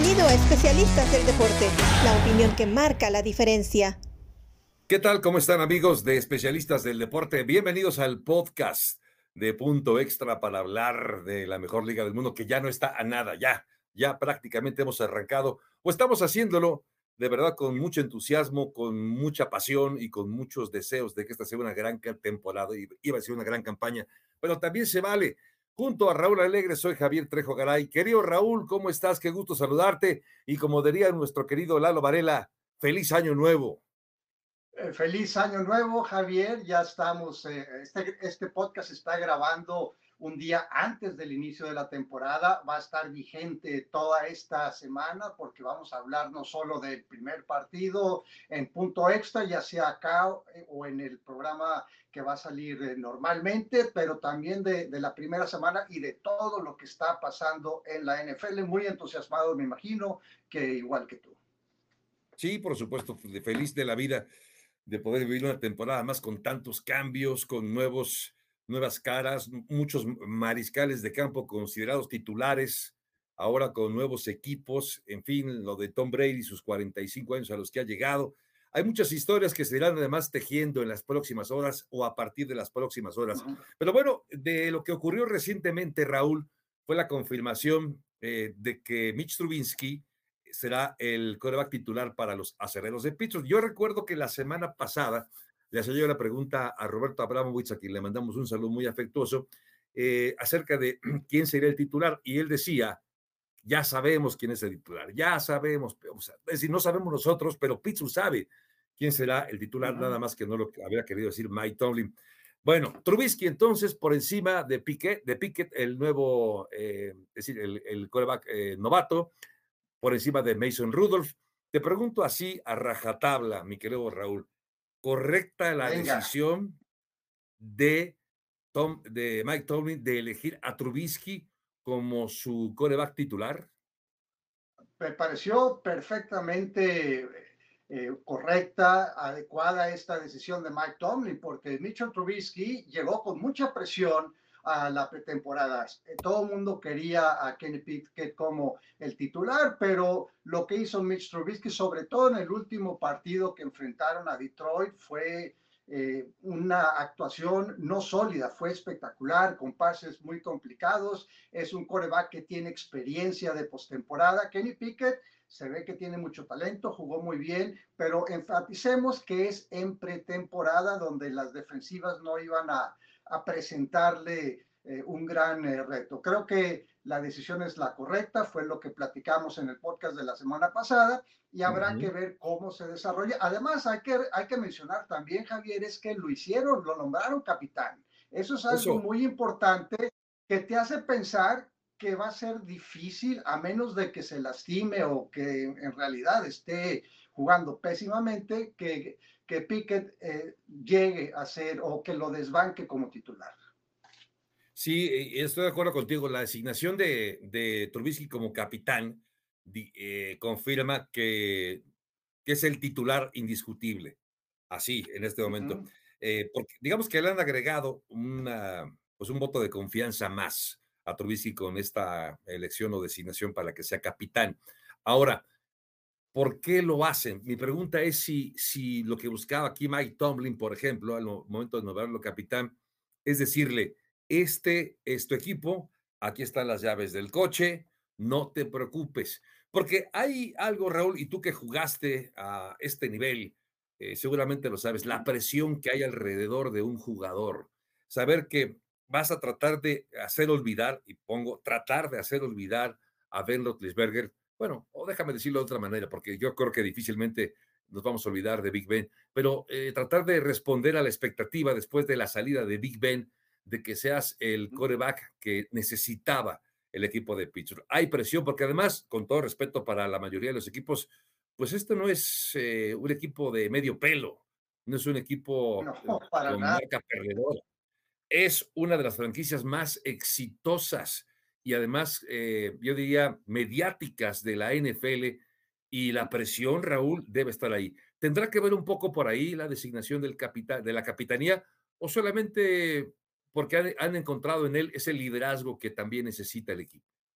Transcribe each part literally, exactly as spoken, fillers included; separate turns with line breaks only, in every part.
Bienvenido a Especialistas del Deporte, la opinión que marca la diferencia.
¿Qué tal? ¿Cómo están, amigos de Especialistas del Deporte? Bienvenidos al podcast de Punto Extra para hablar de la mejor liga del mundo, que ya no está a nada, ya, ya prácticamente hemos arrancado, o estamos haciéndolo de verdad con mucho entusiasmo, con mucha pasión y con muchos deseos de que esta sea una gran temporada, y iba a ser una gran campaña, pero también se vale. Junto a Raúl Alegre, soy Javier Trejo Garay. Querido Raúl, ¿cómo estás? Qué gusto saludarte. Y como diría nuestro querido Lalo Varela, feliz año nuevo.
Eh, feliz año nuevo, Javier. Ya estamos, eh, este, este podcast se está grabando un día antes del inicio de la temporada. Va a estar vigente toda esta semana porque vamos a hablar no solo del primer partido en Punto Extra, ya sea acá eh, o en el programa que va a salir eh, normalmente, pero también de, de la primera semana y de todo lo que está pasando en la N F L. Muy entusiasmado, me imagino, que igual que tú.
Sí, por supuesto, feliz de la vida de poder vivir una temporada más con tantos cambios, con nuevos, nuevas caras, muchos mariscales de campo considerados titulares, ahora con nuevos equipos, en fin, lo de Tom Brady, sus cuarenta y cinco años a los que ha llegado. Hay muchas historias que se irán además tejiendo en las próximas horas o a partir de las próximas horas.
Uh-huh.
Pero bueno, de lo que ocurrió recientemente, Raúl, fue la confirmación eh, de que Mitch Trubisky será el quarterback titular para los Acereros de Pittsburgh. Yo recuerdo que la semana pasada le hacía yo la pregunta a Roberto Abramovich, a quien le mandamos un saludo muy afectuoso, eh, acerca de quién sería el titular, y él decía, ya sabemos quién es el titular, ya sabemos, o sea, es decir, no sabemos nosotros, pero Pittsburgh sabe quién será el titular, uh-huh. Nada más que no lo habría querido decir Mike Tomlin. Bueno, Trubisky entonces por encima de Pickett, de Pickett el nuevo, eh, es decir, el, el quarterback eh, novato, por encima de Mason Rudolph. Te pregunto así a rajatabla, mi querido Raúl, ¿correcta la Venga. decisión de, Tom, de Mike Tomlin de elegir a Trubisky como su quarterback titular?
Me pareció perfectamente eh, correcta, adecuada esta decisión de Mike Tomlin, porque Mitchell Trubisky llegó con mucha presión a la pretemporada. Todo el mundo quería a Kenny Pickett como el titular, pero lo que hizo Mitch Trubisky, sobre todo en el último partido que enfrentaron a Detroit, fue eh, una actuación no sólida, fue espectacular, con pases muy complicados. Es un quarterback que tiene experiencia de postemporada. Kenny Pickett se ve que tiene mucho talento, jugó muy bien, pero enfaticemos que es en pretemporada donde las defensivas no iban a, a presentarle eh, un gran eh, reto. Creo que la decisión es la correcta, fue lo que platicamos en el podcast de la semana pasada y habrá uh-huh. que ver cómo se desarrolla. Además, hay que, hay que mencionar también, Javier, es que lo hicieron, lo nombraron capitán. Eso es algo Eso. muy importante que te hace pensar que va a ser difícil, a menos de que se lastime o que en realidad esté jugando pésimamente, que, que Pickett eh, llegue a ser o que lo desbanque como titular.
Sí, estoy de acuerdo contigo. La designación de, de Trubisky como capitán eh, confirma que, que es el titular indiscutible, así en este momento. Uh-huh. Eh, porque digamos que le han agregado una, pues un voto de confianza más a Trubisky con esta elección o designación para que sea capitán. Ahora, ¿por qué lo hacen? Mi pregunta es si, si lo que buscaba aquí Mike Tomlin, por ejemplo, al momento de nombrarlo capitán, es decirle, este es tu equipo, aquí están las llaves del coche, no te preocupes. Porque hay algo, Raúl, y tú que jugaste a este nivel, eh, seguramente lo sabes, la presión que hay alrededor de un jugador. Saber que vas a tratar de hacer olvidar, y pongo, tratar de hacer olvidar a Ben Roethlisberger. Bueno, o déjame decirlo de otra manera, porque yo creo que difícilmente nos vamos a olvidar de Big Ben, pero eh, tratar de responder a la expectativa después de la salida de Big Ben, de que seas el quarterback que necesitaba el equipo de Pittsburgh. Hay presión, porque además, con todo respeto para la mayoría de los equipos, pues esto no es eh, un equipo de medio pelo, no es un equipo
no, para
con
nada.
marca perdedora. Es una de las franquicias más exitosas y además, eh, yo diría, mediáticas de la N F L, y la presión, Raúl, debe estar ahí. ¿Tendrá que ver un poco por ahí la designación del capitán, de la capitanía, o solamente porque han, han encontrado en él ese liderazgo que también necesita el equipo?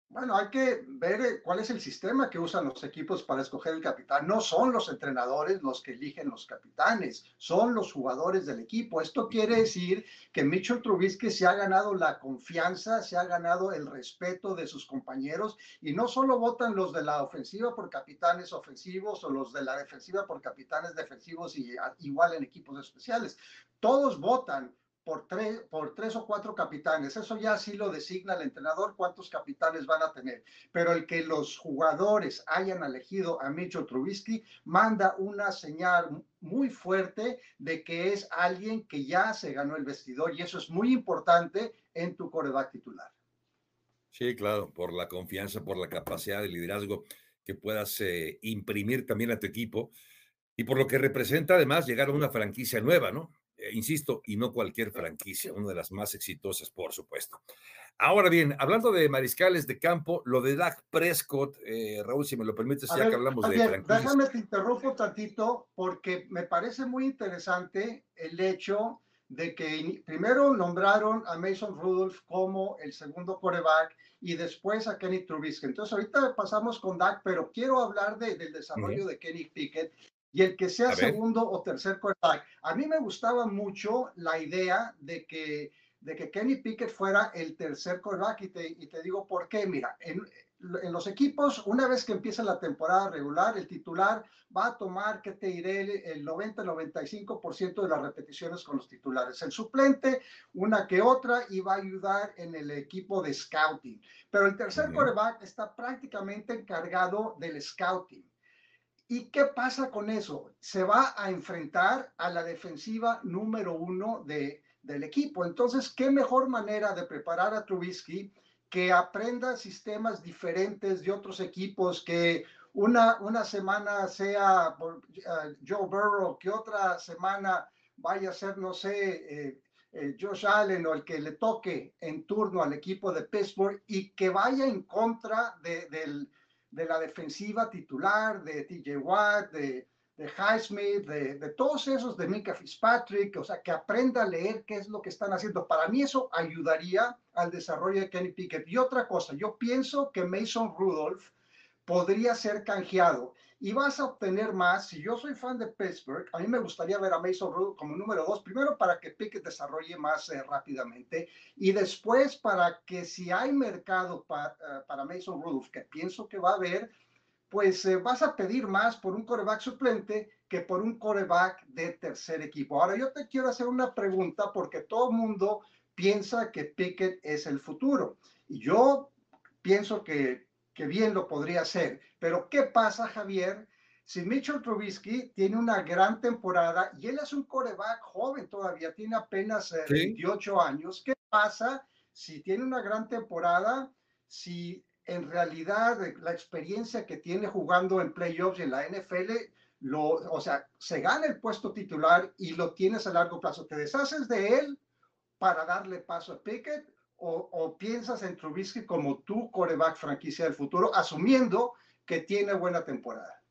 Bueno, hay que ver eh, cuál es el sistema que usan los equipos para escoger el capitán. No son los entrenadores los que eligen los capitanes, son los jugadores del equipo. Esto quiere decir que Mitchell Trubisky se ha ganado la confianza, se ha ganado el respeto de sus compañeros y no solo votan los de la ofensiva por capitanes ofensivos o los de la defensiva por capitanes defensivos y igual en equipos especiales. Todos votan por tres, por tres o cuatro capitanes. Eso ya sí lo designa el entrenador, cuántos capitanes van a tener. Pero el que los jugadores hayan elegido a Mitchell Trubisky manda una señal muy fuerte de que es alguien que ya se ganó el vestidor y eso es muy importante en tu quarterback titular.
Sí, claro, por la confianza, por la capacidad de liderazgo que puedas eh, imprimir también a tu equipo y por lo que representa además llegar a una franquicia nueva, ¿no? Eh, insisto, y no cualquier franquicia, una de las más exitosas, por supuesto. Ahora bien, hablando de mariscales de campo, lo de Dak Prescott, eh, Raúl, si me lo permites,
A
ya que
ver,
hablamos de
Javier,
franquicias.
déjame te interrumpo tantito porque me parece muy interesante el hecho de que primero nombraron a Mason Rudolph como el segundo quarterback y después a Kenny Trubisky. Entonces ahorita pasamos con Dak, pero quiero hablar de, del desarrollo
Uh-huh.
de Kenny Pickett y el que sea
A ver.
segundo o tercer quarterback. A mí me gustaba mucho la idea de que, de que Kenny Pickett fuera el tercer quarterback y te, y te digo por qué. Mira, en, en los equipos, una vez que empieza la temporada regular, el titular va a tomar, ¿qué te diré? El noventa, noventa y cinco por ciento de las repeticiones con los titulares. El suplente, una que otra, y va a ayudar en el equipo de scouting. Pero el tercer
Uh-huh.
quarterback está prácticamente encargado del scouting. ¿Y qué pasa con eso? Se va a enfrentar a la defensiva número uno de, del equipo. Entonces, ¿qué mejor manera de preparar a Trubisky que aprenda sistemas diferentes de otros equipos, que una, una semana sea por, uh, Joe Burrow, que otra semana vaya a ser, no sé, eh, eh, Josh Allen o el que le toque en turno al equipo de Pittsburgh y que vaya en contra de, del de la defensiva titular, de T J Watt, de, de Highsmith, de, de todos esos, de Micah Fitzpatrick, o sea, que aprenda a leer qué es lo que están haciendo. Para mí eso ayudaría al desarrollo de Kenny Pickett. Y otra cosa, yo pienso que Mason Rudolph podría ser canjeado y vas a obtener más. Si yo soy fan de Pittsburgh, a mí me gustaría ver a Mason Rudolph como número dos, primero para que Pickett desarrolle más eh, rápidamente y después para que si hay mercado pa, uh, para Mason Rudolph, que pienso que va a haber, pues eh, vas a pedir más por un quarterback suplente que por un quarterback de tercer equipo. Ahora yo te quiero hacer una pregunta porque todo el mundo piensa que Pickett es el futuro y yo pienso que que bien lo podría hacer. Pero ¿qué pasa, Javier? Si Mitchell Trubisky tiene una gran temporada y él es un quarterback joven todavía, tiene apenas eh,
Sí.
veintiocho años, ¿qué pasa si tiene una gran temporada? Si en realidad la experiencia que tiene jugando en playoffs y en la N F L, lo, o sea, se gana el puesto titular y lo tienes a largo plazo. ¿Te deshaces de él para darle paso a Pickett o, o piensas en Trubisky como tu quarterback franquicia del futuro, asumiendo que tiene buena temporada?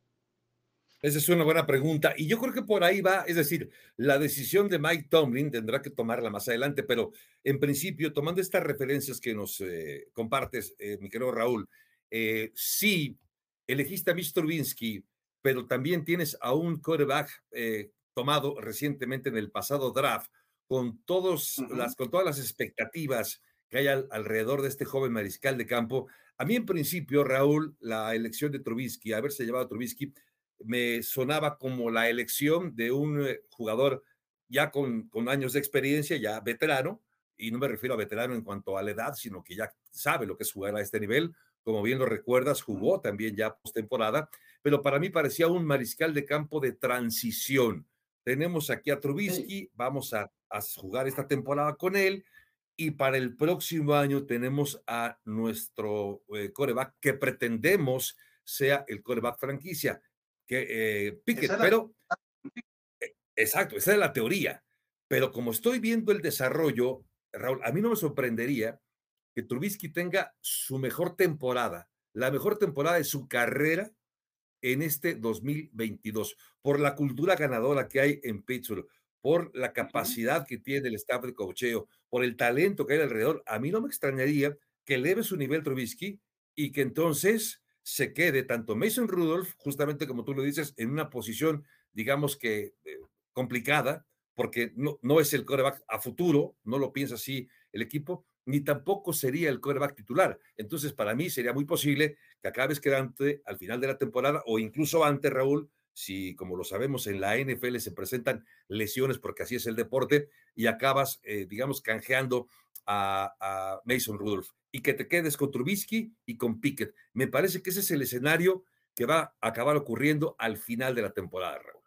Esa es una buena pregunta. Y yo creo que por ahí va, es decir, la decisión de Mike Tomlin tendrá que tomarla más adelante, pero en principio, tomando estas referencias que nos eh, compartes, eh, mi querido Raúl, eh, sí, elegiste a Mitch Trubisky, pero también tienes a un quarterback eh, tomado recientemente en el pasado draft, con, todos
Uh -huh.
las, con todas las expectativas que hay al, alrededor de este joven mariscal de campo. A mí, en principio, Raúl, la elección de Trubisky, haberse llevado a Trubisky, me sonaba como la elección de un jugador ya con, con años de experiencia, ya veterano, y no me refiero a veterano en cuanto a la edad, sino que ya sabe lo que es jugar a este nivel. Como bien lo recuerdas, jugó también ya postemporada, pero para mí parecía un mariscal de campo de transición. Tenemos aquí a Trubisky, sí. Vamos a, a jugar esta temporada con él, y para el próximo año tenemos a nuestro eh, quarterback que pretendemos sea el quarterback franquicia, que eh, Pickett,
Esa
pero eh, exacto, esa es la teoría, pero como estoy viendo el desarrollo, Raúl, a mí no me sorprendería que Trubisky tenga su mejor temporada, la mejor temporada de su carrera en este dos mil veintidós, por la cultura ganadora que hay en Pittsburgh, por la capacidad que tiene el staff de coacheo, por el talento que hay alrededor. A mí no me extrañaría que eleve su nivel Trubisky y que entonces se quede tanto Mason Rudolph, justamente como tú lo dices, en una posición, digamos que eh, complicada, porque no, no es el quarterback a futuro, no lo piensa así el equipo, ni tampoco sería el quarterback titular. Entonces, para mí sería muy posible que acabes quedante al final de la temporada o incluso antes, Raúl, si como lo sabemos en la N F L se presentan lesiones, porque así es el deporte, y acabas, eh, digamos, canjeando a, a Mason Rudolph y que te quedes con Trubisky y con Pickett. Me parece que ese es el escenario que va a acabar ocurriendo al final de la temporada, Raúl.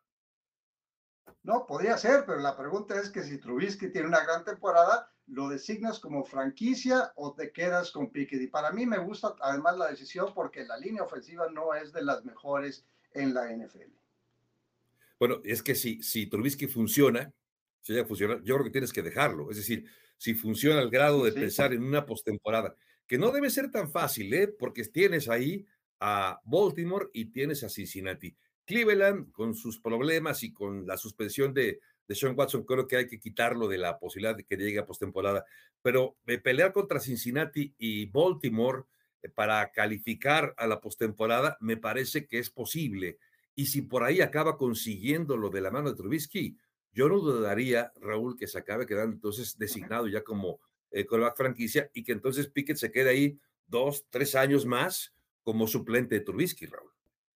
No, podría ser, pero la pregunta es que si Trubisky tiene una gran temporada, ¿lo designas como franquicia o te quedas con Pickett? Y para mí me gusta además la decisión porque la línea ofensiva no es de las mejores en la N F L.
Bueno, es que si, si Trubisky funciona, si llega a funcionar, yo creo que tienes que dejarlo. Es decir, si funciona al grado de
Sí,
pensar en una postemporada, que no debe ser tan fácil, ¿eh? Porque tienes ahí a Baltimore y tienes a Cincinnati. Cleveland, con sus problemas y con la suspensión de, de Sean Watson, creo que hay que quitarlo de la posibilidad de que llegue a postemporada. Pero eh, pelear contra Cincinnati y Baltimore eh, para calificar a la postemporada, me parece que es posible. Y si por ahí acaba consiguiendo lo de la mano de Trubisky, yo no dudaría, Raúl, que se acabe quedando entonces designado ya como eh, quarterback franquicia y que entonces Pickett se quede ahí dos, tres años más como suplente de Trubisky, Raúl.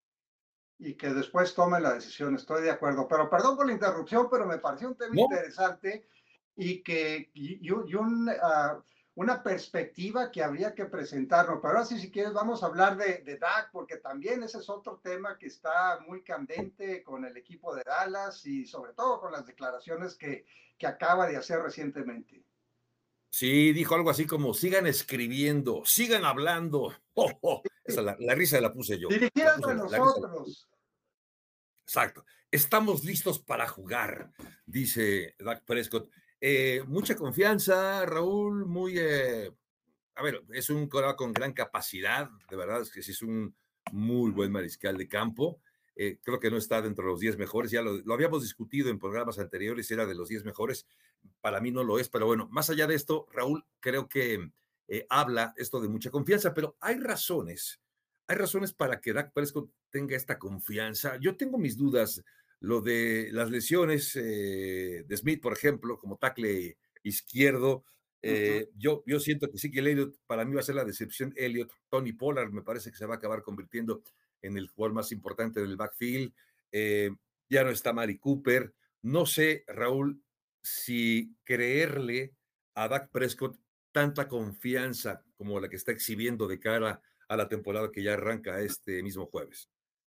y que después tome la decisión, estoy de acuerdo. Pero perdón por la interrupción, pero me pareció un tema
No,
interesante y que y, y un, uh, una perspectiva que habría que presentarnos. Pero ahora sí, si quieres, vamos a hablar de, de Dak, porque también ese es otro tema que está muy candente con el equipo de Dallas y sobre todo con las declaraciones que, que acaba de hacer recientemente.
sí, dijo algo así como, sigan escribiendo, sigan hablando. Oh, oh. Esa la, la risa la puse yo. La
Dirigidas
puse,
a
la risa la puse.
nosotros.
Exacto. Estamos listos para jugar, dice Dak Prescott. Eh, mucha confianza, Raúl, muy... Eh, a ver, es un coreback con gran capacidad, de verdad, es que sí es un muy buen mariscal de campo. Eh, creo que no está dentro de los diez mejores, ya lo, lo, habíamos discutido en programas anteriores, era de los diez mejores, para mí no lo es, pero bueno, más allá de esto, Raúl, creo que eh, habla esto de mucha confianza, pero hay razones, hay razones para que Dak Prescott tenga esta confianza. Yo tengo mis dudas, lo de las lesiones eh, de Smith, por ejemplo, como tackle izquierdo,
Uh -huh.
eh, yo, yo siento que sí que el Elliott, para mí va a ser la decepción Elliott. Tony Pollard me parece que se va a acabar convirtiendo en el jugador más importante del backfield. Eh, ya no está Mari Cooper. No sé, Raúl, si creerle a Dak Prescott tanta confianza como la que está exhibiendo de cara a la temporada que ya arranca este mismo jueves.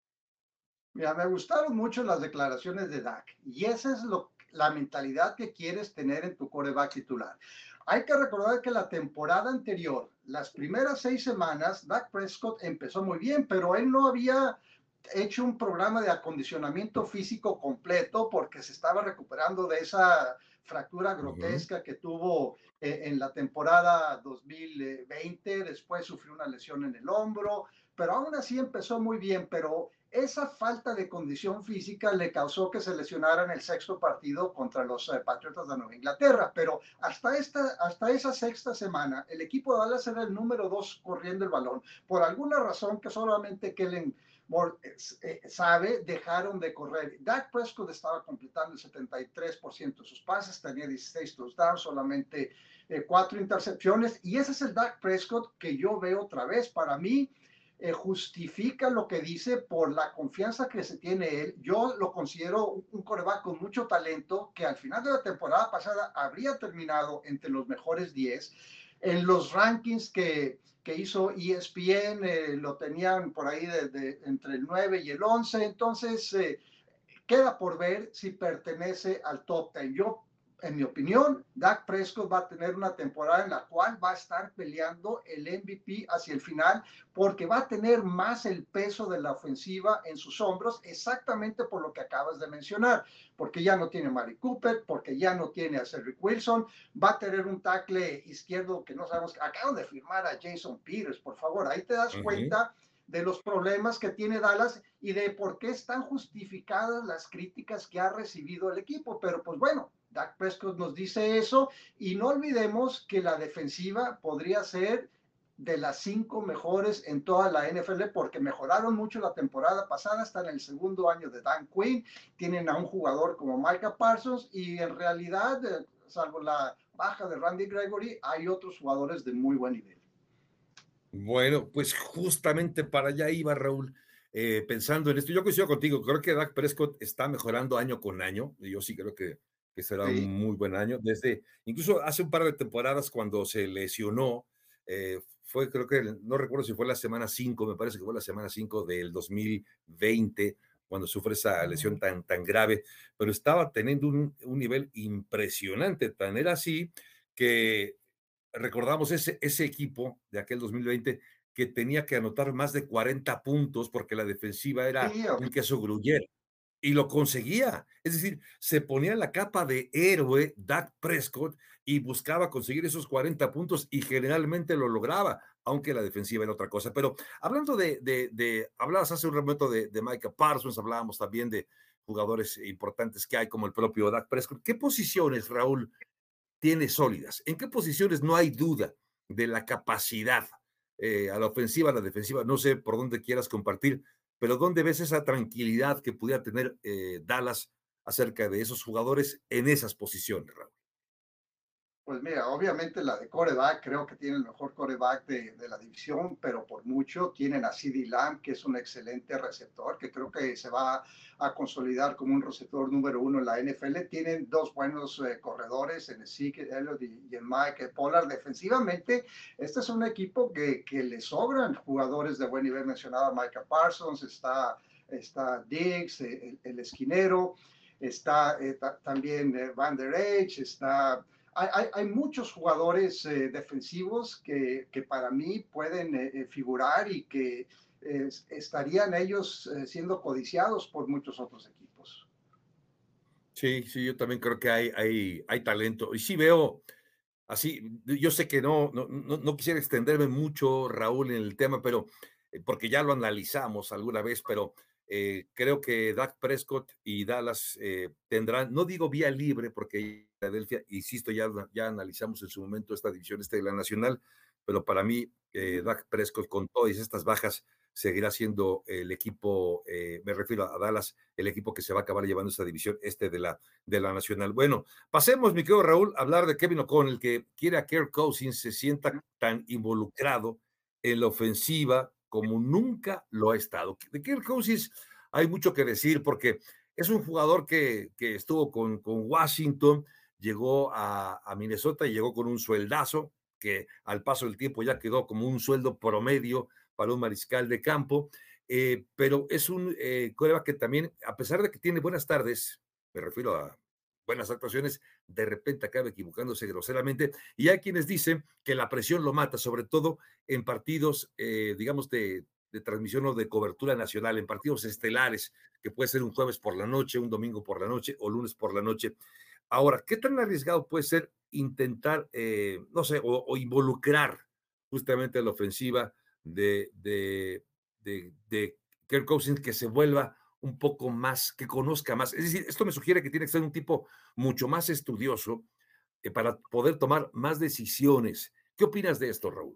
Mira, me gustaron mucho las declaraciones de Dak y esa es lo, la mentalidad que quieres tener en tu quarterback titular. Hay que recordar que la temporada anterior, las primeras seis semanas, Dak Prescott empezó muy bien, pero él no había hecho un programa de acondicionamiento físico completo porque se estaba recuperando de esa fractura
Uh -huh.
grotesca que tuvo eh, en la temporada dos mil veinte, después sufrió una lesión en el hombro, pero aún así empezó muy bien, pero esa falta de condición física le causó que se lesionara en el sexto partido contra los eh, Patriotas de Nueva Inglaterra, pero hasta, esta, hasta esa sexta semana el equipo de Dallas era el número dos corriendo el balón, por alguna razón que solamente Kellen Moore eh, sabe, dejaron de correr. Dak Prescott estaba completando el setenta y tres por ciento de sus pases, tenía dieciséis touchdowns, solamente eh, cuatro intercepciones, y ese es el Dak Prescott que yo veo otra vez. Para mí, eh, justifica lo que dice por la confianza que se tiene él. Yo lo considero un, un quarterback con mucho talento que al final de la temporada pasada habría terminado entre los mejores diez. En los rankings que, que hizo E S P N eh, lo tenían por ahí de, de, entre el nueve y el once, entonces eh, queda por ver si pertenece al top diez. Yo, en mi opinión, Dak Prescott va a tener una temporada en la cual va a estar peleando el M V P hacia el final porque va a tener más el peso de la ofensiva en sus hombros, exactamente por lo que acabas de mencionar, porque ya no tiene a Mari Cooper, porque ya no tiene a Cedric Wilson, va a tener un tackle izquierdo que no sabemos, acaban de firmar a Jason Peters, por favor, ahí te das
Uh -huh.
cuenta de los problemas que tiene Dallas y de por qué están justificadas las críticas que ha recibido el equipo. Pero pues bueno, Dak Prescott nos dice eso y no olvidemos que la defensiva podría ser de las cinco mejores en toda la N F L porque mejoraron mucho la temporada pasada, están en el segundo año de Dan Quinn, tienen a un jugador como Micah Parsons y en realidad, eh, salvo la baja de Randy Gregory, hay otros jugadores de muy buen nivel.
Bueno, pues justamente para allá iba Raúl, eh, pensando en esto. Yo coincido contigo, creo que Dak Prescott está mejorando año con año. Y yo sí creo que, que será un
Sí,
muy buen año. Desde, incluso hace un par de temporadas cuando se lesionó, eh, fue creo que, no recuerdo si fue la semana cinco, me parece que fue la semana cinco del dos mil veinte, cuando sufre esa lesión tan, tan grave, pero estaba teniendo un, un nivel impresionante, tan era así que recordamos ese, ese equipo de aquel dos mil veinte que tenía que anotar más de cuarenta puntos porque la defensiva era
sí,
un queso gruyere y lo conseguía. Es decir, se ponía la capa de héroe Dak Prescott y buscaba conseguir esos cuarenta puntos y generalmente lo lograba, aunque la defensiva era otra cosa. Pero hablando de, de, de hablabas hace un momento de, de Micah Parsons, hablábamos también de jugadores importantes que hay como el propio Dak Prescott. ¿Qué posiciones, Raúl, tiene sólidas? ¿En qué posiciones no hay duda de la capacidad eh, a la ofensiva, a la defensiva? No sé por dónde quieras compartir, pero ¿dónde ves esa tranquilidad que pudiera tener eh, Dallas acerca de esos jugadores en esas posiciones, Raúl?
pues mira, obviamente la de coreback, creo que tiene el mejor coreback de, de la división, pero por mucho tienen a CeeDee Lamb, que es un excelente receptor, que creo que se va a consolidar como un receptor número uno en la N F L. Tienen dos buenos eh, corredores, en Zeke Elliott y, y en Mike Pollard. Defensivamente, este es un equipo que, que le sobran jugadores de buen nivel. Mencionaba Micah Parsons, está, está Diggs, eh, el, el esquinero, está eh, ta, también eh, Van Der Esch, está... Hay, hay, hay, muchos jugadores eh, defensivos que, que, para mí pueden eh, figurar y que eh, estarían ellos eh, siendo codiciados por muchos otros equipos.
Sí, sí, yo también creo que hay, hay, hay talento. Y sí veo así, yo sé que no, no, no, no quisiera extenderme mucho, Raúl, en el tema, pero eh, porque ya lo analizamos alguna vez, pero eh, creo que Dak Prescott y Dallas eh, tendrán, no digo vía libre, porque Filadelfia, insisto, ya, ya analizamos en su momento esta división este de la Nacional, pero para mí, eh, Dak Prescott con todas estas bajas seguirá siendo el equipo, eh, me refiero a Dallas, el equipo que se va a acabar llevando esta división este de la, de la Nacional. Bueno, pasemos, mi querido Raúl, a hablar de Kevin O'Connell, que quiere a Kirk Cousins se sienta tan involucrado en la ofensiva como nunca lo ha estado. De Kirk Cousins hay mucho que decir porque es un jugador que, que estuvo con, con Washington, llegó a, a Minnesota y llegó con un sueldazo que al paso del tiempo ya quedó como un sueldo promedio para un mariscal de campo, eh, pero es un eh, coreback que también, a pesar de que tiene buenas tardes, me refiero a buenas actuaciones, de repente acaba equivocándose groseramente, y hay quienes dicen que la presión lo mata, sobre todo en partidos, eh, digamos, de, de transmisión o de cobertura nacional, en partidos estelares, que puede ser un jueves por la noche, un domingo por la noche o lunes por la noche. Ahora, ¿qué tan arriesgado puede ser intentar, eh, no sé, o, o, involucrar justamente a la ofensiva de, de, de, de Kirk Cousins, que se vuelva un poco más, que conozca más? Es decir, esto me sugiere que tiene que ser un tipo mucho más estudioso eh, para poder tomar más decisiones. ¿Qué opinas de esto, Raúl?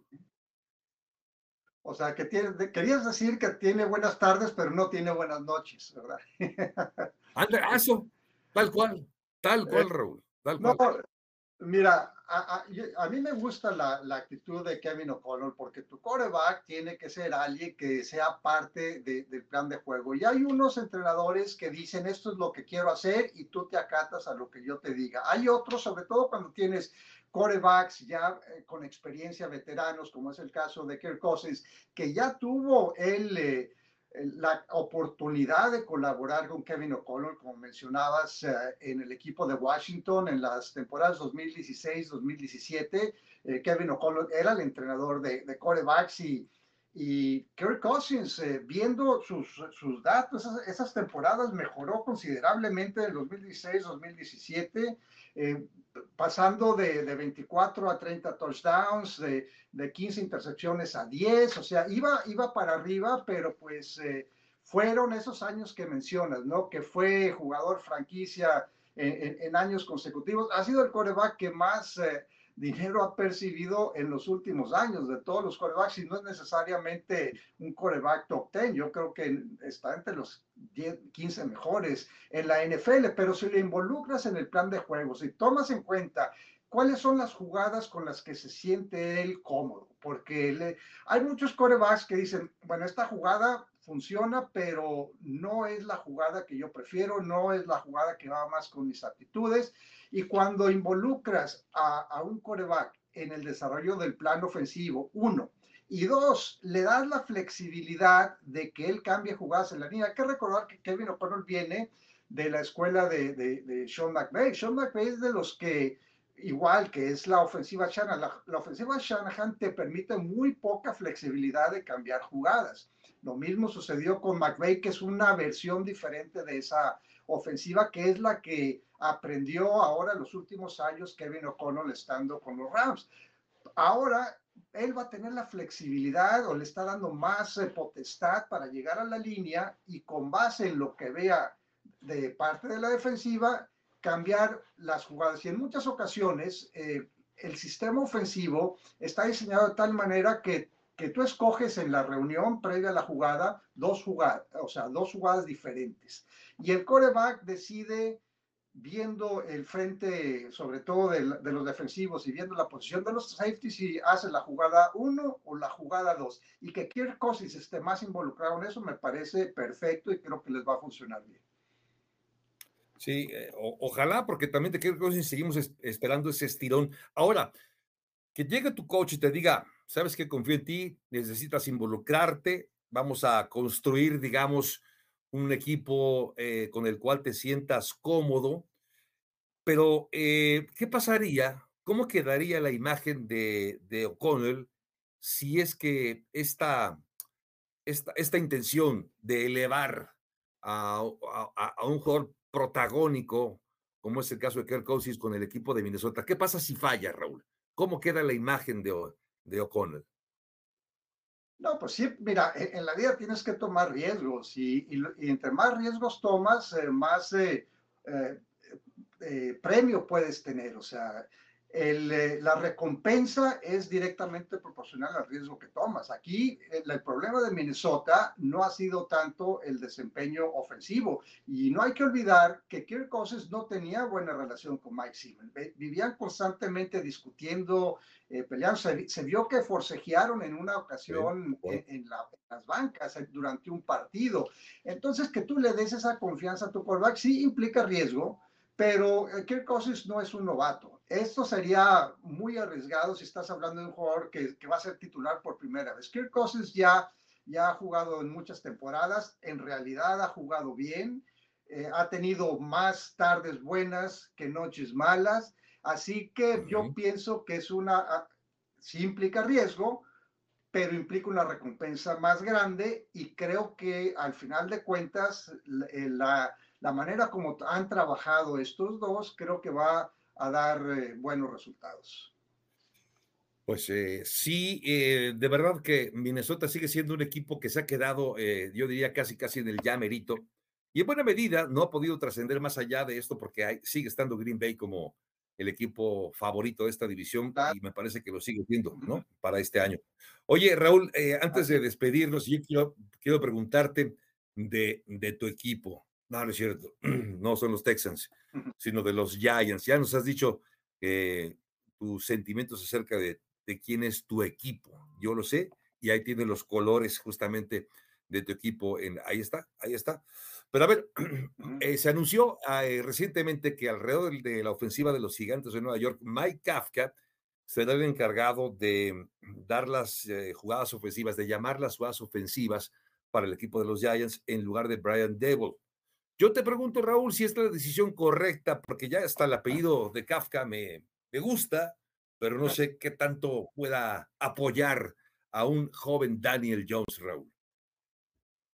O sea, que tiene, querías decir que tiene buenas tardes, pero no tiene buenas noches, ¿verdad?
Anda, eso, tal cual, tal
eh,
cual, Raúl, tal
no,
cual.
mira, a, a, a, mí me gusta la, la actitud de Kevin O'Connell porque tu quarterback tiene que ser alguien que sea parte de, del plan de juego. Y hay unos entrenadores que dicen esto es lo que quiero hacer y tú te acatas a lo que yo te diga. Hay otros, sobre todo cuando tienes quarterbacks ya eh, con experiencia, veteranos, como es el caso de Kirk Cousins, que ya tuvo el... Eh, la oportunidad de colaborar con Kevin O'Connell, como mencionabas, uh, en el equipo de Washington en las temporadas dos mil dieciséis dos mil diecisiete. Eh, Kevin O'Connell era el entrenador de, de quarterbacks y, y Kirk Cousins, eh, viendo sus, sus datos, esas, esas, temporadas mejoró considerablemente en dos mil dieciséis dos mil diecisiete, eh, pasando de, de veinticuatro a treinta touchdowns, de, de quince intercepciones a diez, o sea, iba, iba para arriba, pero pues eh, fueron esos años que mencionas, ¿no? Que fue jugador franquicia en, en, en años consecutivos. Ha sido el quarterback que más... Eh, dinero ha percibido en los últimos años de todos los quarterbacks, y no es necesariamente un quarterback top diez. Yo creo que está entre los diez, quince mejores en la N F L, pero si le involucras en el plan de juego, si tomas en cuenta cuáles son las jugadas con las que se siente él cómodo, porque le, hay muchos quarterbacks que dicen, bueno, esta jugada funciona, pero no es la jugada que yo prefiero, no es la jugada que va más con mis aptitudes. Y cuando involucras a, a un quarterback en el desarrollo del plan ofensivo, uno, y dos, le das la flexibilidad de que él cambie jugadas en la línea. Hay que recordar que Kevin O'Connell viene de la escuela de, de, de Sean McVay. Sean McVay es de los que, igual que es la ofensiva Shanahan, la, la ofensiva Shanahan te permite muy poca flexibilidad de cambiar jugadas. Lo mismo sucedió con McVay, que es una versión diferente de esa ofensiva, que es la que aprendió ahora los últimos años Kevin O'Connell estando con los Rams. Ahora él va a tener la flexibilidad, o le está dando más eh, potestad para llegar a la línea y, con base en lo que vea de parte de la defensiva, cambiar las jugadas. Y en muchas ocasiones eh, el sistema ofensivo está diseñado de tal manera que que tú escoges en la reunión previa a la jugada dos jugadas, o sea, dos jugadas diferentes. Y el quarterback decide, viendo el frente, sobre todo de, de los defensivos, y viendo la posición de los safeties, si hace la jugada uno o la jugada dos. Y que Kirk Cousins esté más involucrado en eso me parece perfecto, y creo que les va a funcionar bien.
Sí, eh, o, ojalá, porque también de Kirk Cousins seguimos es, esperando ese estirón. Ahora, que llegue tu coach y te diga, sabes que confío en ti, necesitas involucrarte, vamos a construir, digamos, un equipo eh, con el cual te sientas cómodo, pero eh, ¿qué pasaría? ¿Cómo quedaría la imagen de, de O'Connell si es que esta, esta, esta intención de elevar a, a, a un jugador protagónico, como es el caso de Kirk Cousins con el equipo de Minnesota, qué pasa si falla, Raúl? ¿Cómo queda la imagen de, de O'Connell?
No, pues sí, mira, en, en la vida tienes que tomar riesgos, y, y, y entre más riesgos tomas, eh, más eh, eh, eh, premio puedes tener. O sea, el, eh, la recompensa es directamente proporcional al riesgo que tomas. Aquí el, el problema de Minnesota no ha sido tanto el desempeño ofensivo, y no hay que olvidar que Kirk Cousins no tenía buena relación con Mike Zimmer. Vivían constantemente discutiendo, eh, peleando. Se, se, vio que forcejearon en una ocasión
Sí,
en, en, la, en, las bancas durante un partido. Entonces, que tú le des esa confianza a tu quarterback sí implica riesgo, pero Kirk Cousins no es un novato. Esto sería muy arriesgado si estás hablando de un jugador que, que va a ser titular por primera vez. Kirk Cousins ya, ya ha jugado en muchas temporadas, en realidad ha jugado bien, eh, ha tenido más tardes buenas que noches malas, así que
uh
yo
-huh.
pienso que es una, sí implica riesgo, pero implica una recompensa más grande, y creo que al final de cuentas la, la la manera como han trabajado estos dos, creo que va a dar eh, buenos resultados.
Pues eh, sí, eh, de verdad que Minnesota sigue siendo un equipo que se ha quedado, eh, yo diría casi casi en el ya merito, y en buena medida no ha podido trascender más allá de esto, porque hay, sigue estando Green Bay como el equipo favorito de esta división,
Claro.
y me parece que lo sigue siendo, ¿no? Para este año. Oye, Raúl, eh, antes
Así
de
es.
despedirnos, yo quiero, quiero preguntarte de, de tu equipo. No, no es cierto, no son los Texans, sino de los Giants. Ya nos has dicho eh, tus sentimientos acerca de, de quién es tu equipo. Yo lo sé, y ahí tiene los colores justamente de tu equipo. En, ahí está, ahí está. Pero a ver, eh, se anunció eh, recientemente que alrededor de la ofensiva de los Gigantes de Nueva York, Mike Kafka será el encargado de dar las eh, jugadas ofensivas, de llamar las jugadas ofensivas para el equipo de los Giants en lugar de Brian Daboll. Yo te pregunto, Raúl, si esta es la decisión correcta, porque ya hasta el apellido de Kafka me, me gusta, pero no sé qué tanto pueda apoyar a un joven Daniel Jones, Raúl.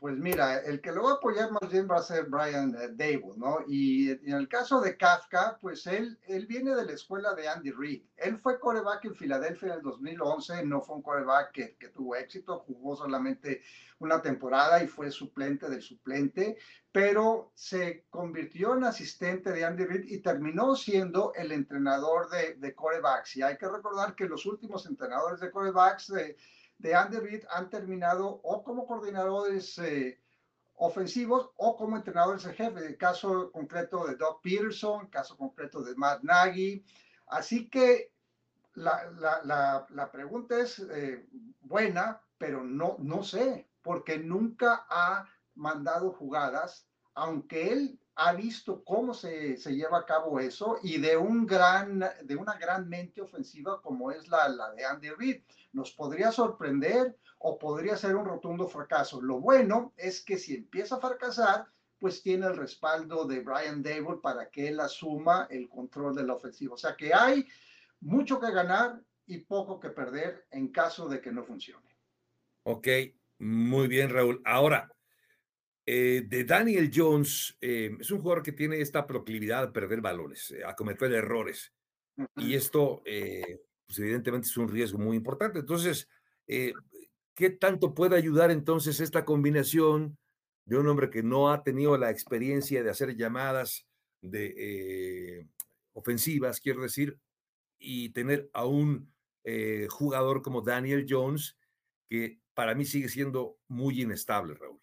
Pues mira, el que lo va a apoyar más bien va a ser Brian eh, Dable, ¿no? Y, y en el caso de Kafka, pues él, él viene de la escuela de Andy Reid. Él fue quarterback en Filadelfia en el dos mil once, no fue un quarterback que, que tuvo éxito, jugó solamente una temporada y fue suplente del suplente, pero se convirtió en asistente de Andy Reid y terminó siendo el entrenador de, de quarterbacks. Y hay que recordar que los últimos entrenadores de quarterbacks de de Andy Reid han terminado o como coordinadores eh, ofensivos o como entrenadores en jefe. El caso concreto de Doug Peterson, caso concreto de Matt Nagy. Así que la, la, la, la pregunta es eh, buena, pero no, no sé, porque nunca ha mandado jugadas, aunque él ha visto cómo se, se lleva a cabo eso y de, un gran, de una gran mente ofensiva como es la, la de Andy Reid. Nos podría sorprender o podría ser un rotundo fracaso. Lo bueno es que si empieza a fracasar, pues tiene el respaldo de Brian Dable para que él asuma el control de la ofensiva. O sea que hay mucho que ganar y poco que perder en caso de que no funcione.
Ok, muy bien, Raúl. Ahora, eh, de Daniel Jones, eh, es un jugador que tiene esta proclividad a perder balones, eh, a cometer errores. Uh-huh. Y esto, eh, pues evidentemente es un riesgo muy importante. Entonces, eh, ¿qué tanto puede ayudar entonces esta combinación de un hombre que no ha tenido la experiencia de hacer llamadas de eh, ofensivas, quiero decir, y tener a un eh, jugador como Daniel Jones, que para mí sigue siendo muy inestable, Raúl?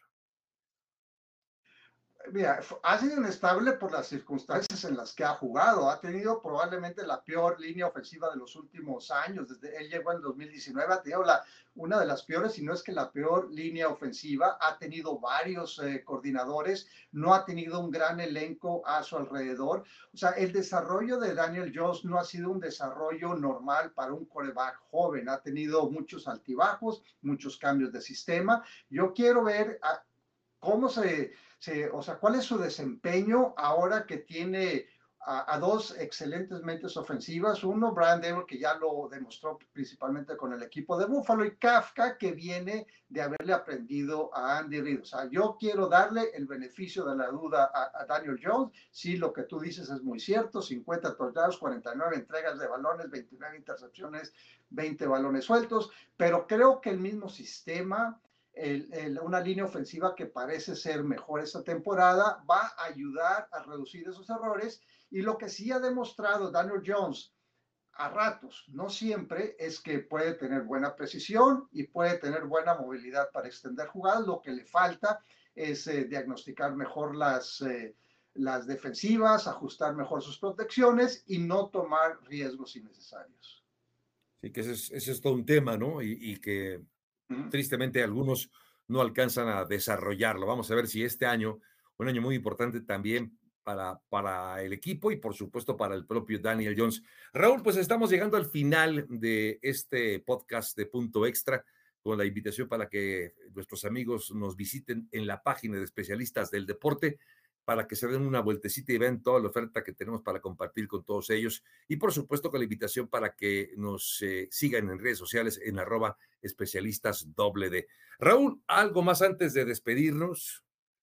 Mira, ha sido inestable por las circunstancias en las que ha jugado. Ha tenido probablemente la peor línea ofensiva de los últimos años. Desde él llegó en dos mil diecinueve, ha tenido la, una de las peores, si no es que la peor línea ofensiva. Ha tenido varios eh, coordinadores, no ha tenido un gran elenco a su alrededor. O sea, el desarrollo de Daniel Jones no ha sido un desarrollo normal para un quarterback joven. Ha tenido muchos altibajos, muchos cambios de sistema. Yo quiero ver a, cómo se... Se, o sea, ¿cuál es su desempeño ahora que tiene a, a dos excelentes mentes ofensivas? Uno, Brian Dable, que ya lo demostró principalmente con el equipo de Buffalo, y Kafka, que viene de haberle aprendido a Andy Reid. O sea, yo quiero darle el beneficio de la duda a, a Daniel Jones. Sí, lo que tú dices es muy cierto, cincuenta touchdowns, cuarenta y nueve entregas de balones, veintinueve intercepciones, veinte balones sueltos, pero creo que el mismo sistema... El, el, una línea ofensiva que parece ser mejor esta temporada, va a ayudar a reducir esos errores. Y lo que sí ha demostrado Daniel Jones a ratos, no siempre, es que puede tener buena precisión y puede tener buena movilidad para extender jugadas. Lo que le falta es eh, diagnosticar mejor las, eh, las defensivas, ajustar mejor sus protecciones y no tomar riesgos innecesarios.
Sí, que ese es, ese es todo un tema, ¿no? Y, y que tristemente algunos no alcanzan a desarrollarlo. Vamos a ver si este año, un año muy importante también para, para el equipo y por supuesto para el propio Daniel Jones. Raúl, pues estamos llegando al final de este podcast de Punto Extra, con la invitación para que nuestros amigos nos visiten en la página de Especialistas del Deporte, para que se den una vueltecita y vean toda la oferta que tenemos para compartir con todos ellos. Y por supuesto con la invitación para que nos eh, sigan en redes sociales en arroba especialistas doble D. Raúl, ¿algo más antes de despedirnos?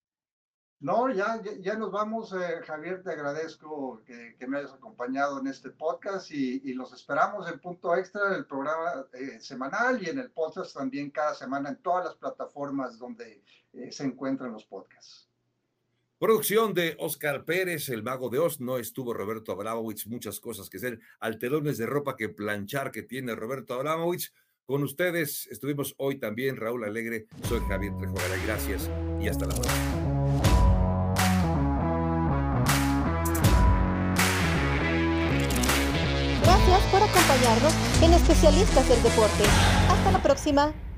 No, ya, ya, ya nos vamos, eh, Javier, te agradezco que, que me hayas acompañado en este podcast y, y los esperamos en Punto Extra, el programa eh, semanal, y en el podcast también cada semana en todas las plataformas donde eh, se encuentran los podcasts.
Producción de Oscar Pérez, el mago de Oz. No estuvo Roberto Abramowitz, muchas cosas que hacer, alterones de ropa que planchar que tiene Roberto Abramowitz. Con ustedes estuvimos hoy también Raúl Alegre, soy Javier Trejo Garay, gracias y hasta la próxima.
Gracias por acompañarnos en Especialistas del Deporte. Hasta la próxima.